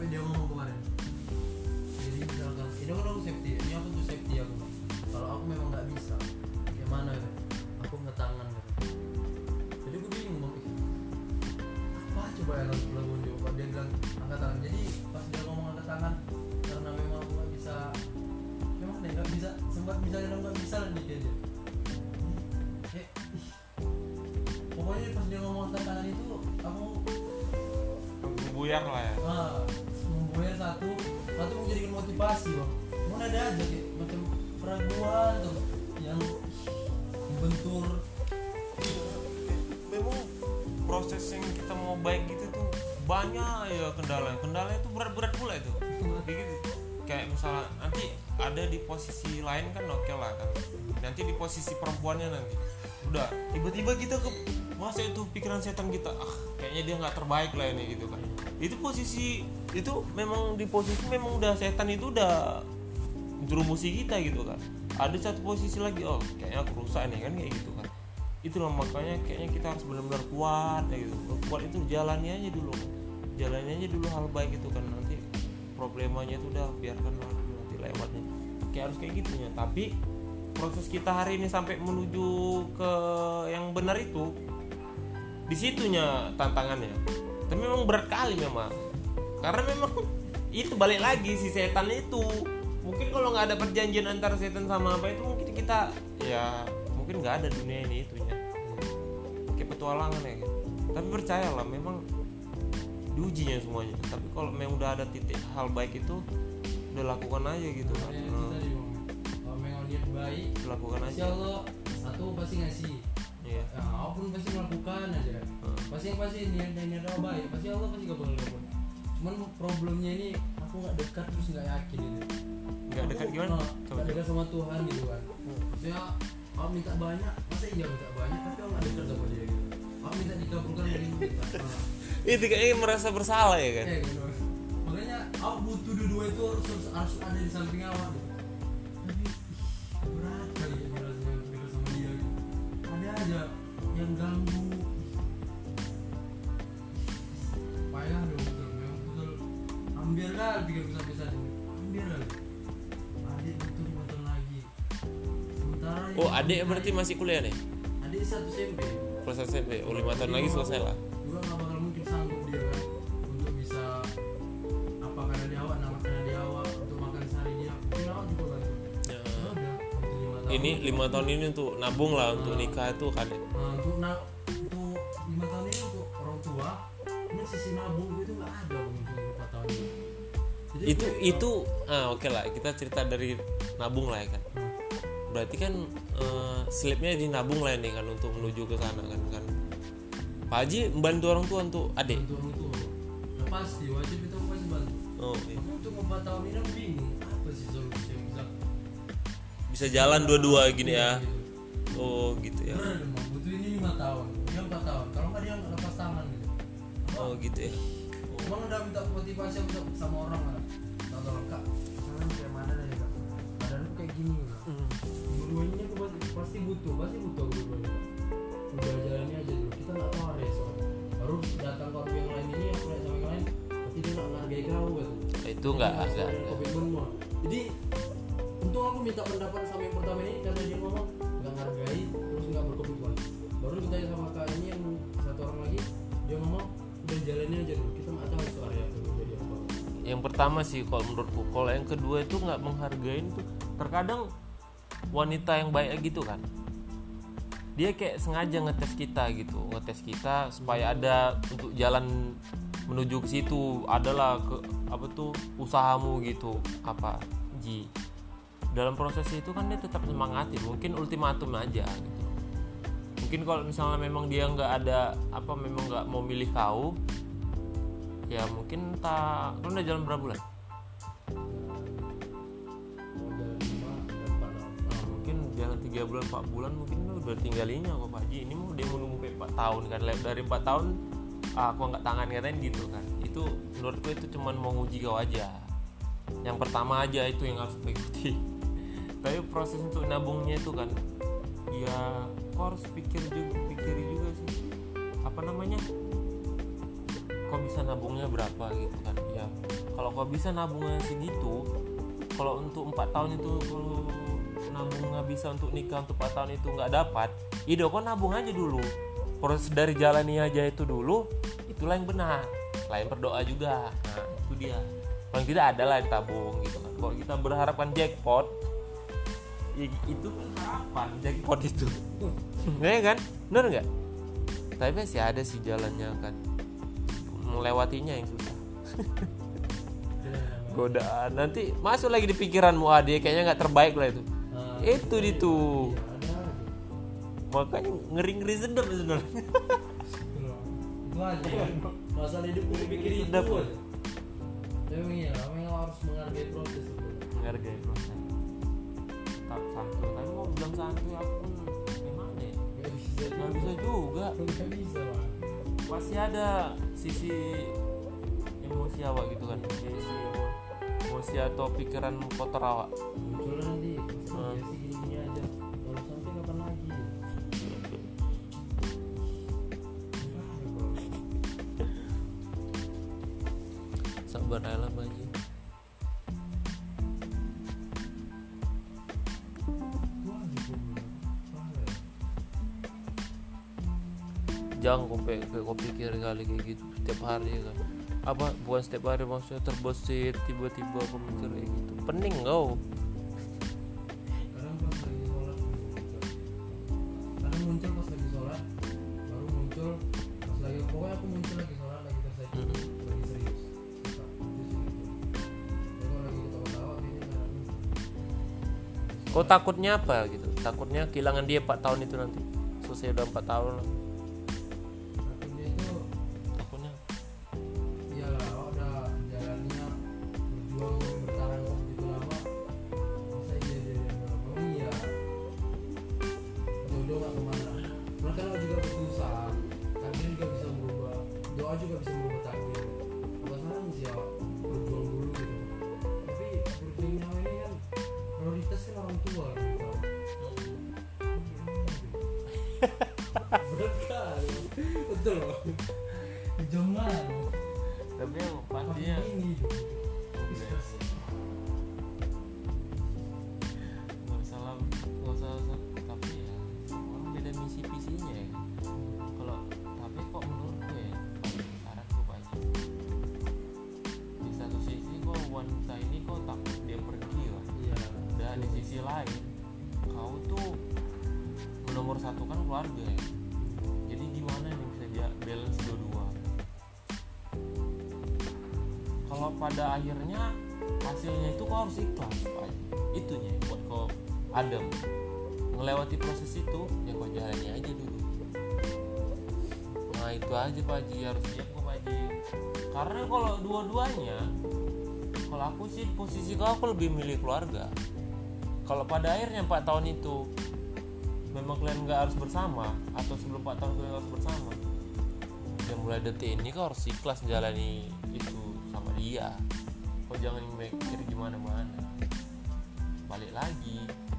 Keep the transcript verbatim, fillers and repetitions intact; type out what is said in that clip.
sampai dia ngomong kemarin, jadi misalkan ini kan aku safety, ini aku tuh safety aku, kalau aku memang nggak bisa gimana ya, aku ngetangan gitu. Jadi aku bingung bang, apa coba yang harus dilakukan coba. Dia bilang angkat tangan. Jadi pas dia ngomong angkat tangan, karena memang aku nggak bisa, memang deh nggak bisa, sempat misalnya nggak bisa lah dia aja. Eh, ih. Pokoknya pas dia ngomong angkat tangan itu aku buyar lah ya. ah, membuat satu satu menjadikan motivasi bang. Mau ada aja kayak macam keraguan tuh yang membentur. Memang proses yang kita mau baik gitu tuh banyak ya kendala. Kendala itu berat-berat pula itu. Gitu. Kayak misalnya nanti ada di posisi lain kan oke lah kan. Nanti di posisi perempuannya nanti udah tiba-tiba kita ke masa itu pikiran setan kita, ah kayaknya dia nggak terbaik lah ini gitu kan. Itu posisi itu memang di posisi memang udah setan itu udah jerumusi kita gitu kan. Ada satu posisi lagi, oh kayaknya aku rusak nih kan kayak gitu kan. Itulah makanya kayaknya kita harus benar-benar kuat ya gitu. Kuat itu jalannya aja dulu, jalannya aja dulu hal baik itu kan, nanti problemanya itu udah biarkan lah nanti lewatnya. Kayak harus kayak gitunya. Tapi proses kita hari ini sampai menuju ke yang benar itu, di situnya tantangannya. Tapi memang berat kali memang, karena memang itu balik lagi si setan itu. Mungkin kalau nggak ada perjanjian antara setan sama apa itu, mungkin kita ya mungkin nggak ada dunia ini itunya kayak petualangan ya gitu. Tapi percayalah memang diujinya semuanya. Tapi kalau memang udah ada titik hal baik itu, udah lakukan aja gitu kan. Ya, itu tadi bang. Kalau memang niat baik, Lakukan aja. insya Allah satu pasti ngasih. Iya. Nah, apapun pasti melakukan aja. Hmm. Pasti yang pasti niat dan niat Allah baik, pasti Allah pasti gak bakal gabung. Cuman problemnya ini aku nggak dekat terus nggak yakin ini. Nggak dekat Aku, gimana? nah, Coba nggak dekat sama Tuhan gitu kan. Maksudnya aku minta banyak, masa iya minta banyak tapi aku nggak dekat sama dia gitu. Aku minta dikabulkan dari minta. Nah, itu kayaknya merasa bersalah ya kan. eh, gitu. Makanya aku butuh dua-dua itu harus, harus ada di samping awak gitu. Tapi ih, berat kali ya rasanya dekat sama dia gitu. Ada aja yang ganggu. Payah dong betul, memang betul. Hampir lah tiga bisa bisa hampir lah. Adik butuh lima tahun lagi. Sementara Oh yang adik lain- berarti masih kuliah nih? adik satu S M P. Kelas S M P, oh lima tahun lagi selesai lah. Juga nggak bakal mungkin sanggup dia kan untuk bisa apa karena dia awak, nama karena dia awak untuk makan sehari dia. Mungkin awak juga kan. Ya. Ya udah, untuk lima tahun. Ini lima tahun ini untuk nabung lah untuk nikah itu kan ya. Nah, untuk na untuk lima tahun ini untuk orang tua ini sisi nabung itu nggak ada untuk empat tahun ini. Jadi Itu kayak, itu ah oke lah, kita cerita dari nabung lah ya kan. Hmm. Berarti kan eh, slipnya di nabung lah ini kan untuk menuju ke sana kan kan. Pak Haji membantu orang tua untuk adik. untuk orang tua nah, pasti wajib kita pasti bantu. Oh, iya. Tapi untuk empat tahun ini aku bingung apa sih solusi yang bisa Bisa jalan dua-dua gini Iya, ya. gitu. Oh gitu ya. Bener dong, Bang. Butuh ini lima tahun, dia empat tahun. Kalau nggak dia nggak lepas tangan gitu. Oh gitu ya. Emang udah minta motivasi aku sama orang lah. Tahu orang kak, tangan kayak mana nih kak? Badanku kayak gini kak. Hmm. Dua-duanya aku pasti, pasti butuh, pasti butuh aku dua-duanya. Udah jalani aja dulu. Kita nggak tahu hari esok. Baru datang ke orang yang lain ini, aku lihat sama yang lain, pasti dia nggak menghargai kau gitu. Itu enggak Harus enggak. ada komitmen semua. Jadi untung aku minta pendapat sama yang pertama ini karena dia ngomong nggak menghargai terus nggak berkomitmen. Baru kita sama kak ini yang satu orang lagi dia ngomong udah jalani aja dulu. Kita nggak tahu itu hari apa jadi apa. Yang pertama sih kalau menurutku, kalau yang kedua itu nggak menghargain tuh terkadang wanita yang baik gitu kan, dia kayak sengaja ngetes kita gitu, ngetes kita supaya ada untuk jalan menuju ke situ, adalah ke apa tuh usahamu gitu apa Ji. Dalam proses itu kan dia tetap semangatin, mungkin ultimatum aja gitu. Mungkin kalau misalnya memang dia nggak ada apa, memang nggak mau milih kau, ya mungkin tak. Lu udah jalan berapa bulan? Udah lima dan empat tahun. Nah, mungkin jalan tiga bulan empat bulan mungkin lu udah tinggalinya kok Pak Haji. Ini mau dia mau nunggu empat tahun kan, dari empat tahun ah, aku angkat tangan katain gitu kan. Itu menurutku itu cuman mau nguji kau aja. Yang pertama aja itu yang harus diikuti. Tapi proses untuk nabungnya itu kan, ya kau harus pikir juga, pikir juga sih apa namanya, kau bisa nabungnya berapa gitu kan ya. Kalau kau bisa nabungnya segitu, kalau untuk empat tahun itu kalau nabung nggak bisa untuk nikah untuk empat tahun itu nggak dapat, ide kau nabung aja dulu, proses dari jalani aja itu dulu, itulah yang benar. Selain berdoa juga, nah itu dia. Paling tidak ada lah yang tabung gitu kan. Kalau kita berharapkan jackpot, ya itu kan harapan jackpot itu, ya kan, benar nggak? Tapi masih ada sih jalannya kan, melewatinya yang susah. Godaan nanti masuk lagi di pikiranmu, ah dia kayaknya nggak terbaik lah itu. Nah, itu di tuh. Iya, makanya ngeri-ngeri sedap sebenarnya. Itu aja ya. Masalah hidup gue pikirin itu aja. Tapi ya, memang harus menghargai proses itu. Menghargai proses. Tak santuy, tapi mau bilang santuy aku pun gimana ya? Gak bisa, gak bisa juga. Gak bisa lah. Pasti ada sisi emosi awak gitu kan, sisi emosi atau pikiran kotor awak. Muncul nanti, hmm. sih gini-gini aja. Kalau sampai kapan lagi? Sabar aja Baji. Jangan kau kau pikir kali kayak gitu setiap hari kan. Apa bukan setiap hari, maksudnya terbesit tiba-tiba aku mikir kayak gitu. Pening kau. Kadang pas lagi sholat, kadang muncul pas lagi sholat, baru muncul pas lagi pokoknya aku muncul lagi sholat lagi tersenyum, mm-hmm. lagi serius. Kalau lagi ketawa-tawa kayaknya nggak muncul. Kau takutnya apa gitu? Takutnya kehilangan dia empat tahun itu nanti. Selesai udah empat tahun lah. Juga bisa merubah takdir. Masalahnya sih ya berjuang dulu gitu. Tapi berjuang nyawa ini kan prioritas kan orang tua gitu. Berat kali. Betul loh. Jangan. Tapi yang pastinya ini nggak salah, nggak salah. Tapi ya orang beda misi visinya ya. Kalau tapi kok menurutku ya, wanita ini kau takut dia pergi lah. Iya. Dan di sisi lain kau tuh nomor satu kan keluarga ya. Jadi gimana nih bisa dia balance dua-dua? Kalau pada akhirnya hasilnya itu kau harus ikhlas Pak. Itunya buat kau adem melewati proses itu, ya kau jalani aja dulu. Nah itu aja Pak Haji, harus siap kok Pak Haji. Karena kalau dua-duanya, kalau aku sih posisi kau aku lebih milih keluarga. Kalau pada akhirnya empat tahun itu memang kalian nggak harus bersama, atau sebelum empat tahun kalian harus bersama, dan mulai detik ini kau harus ikhlas menjalani itu sama dia. Kau jangan mikir gimana-mana. Balik lagi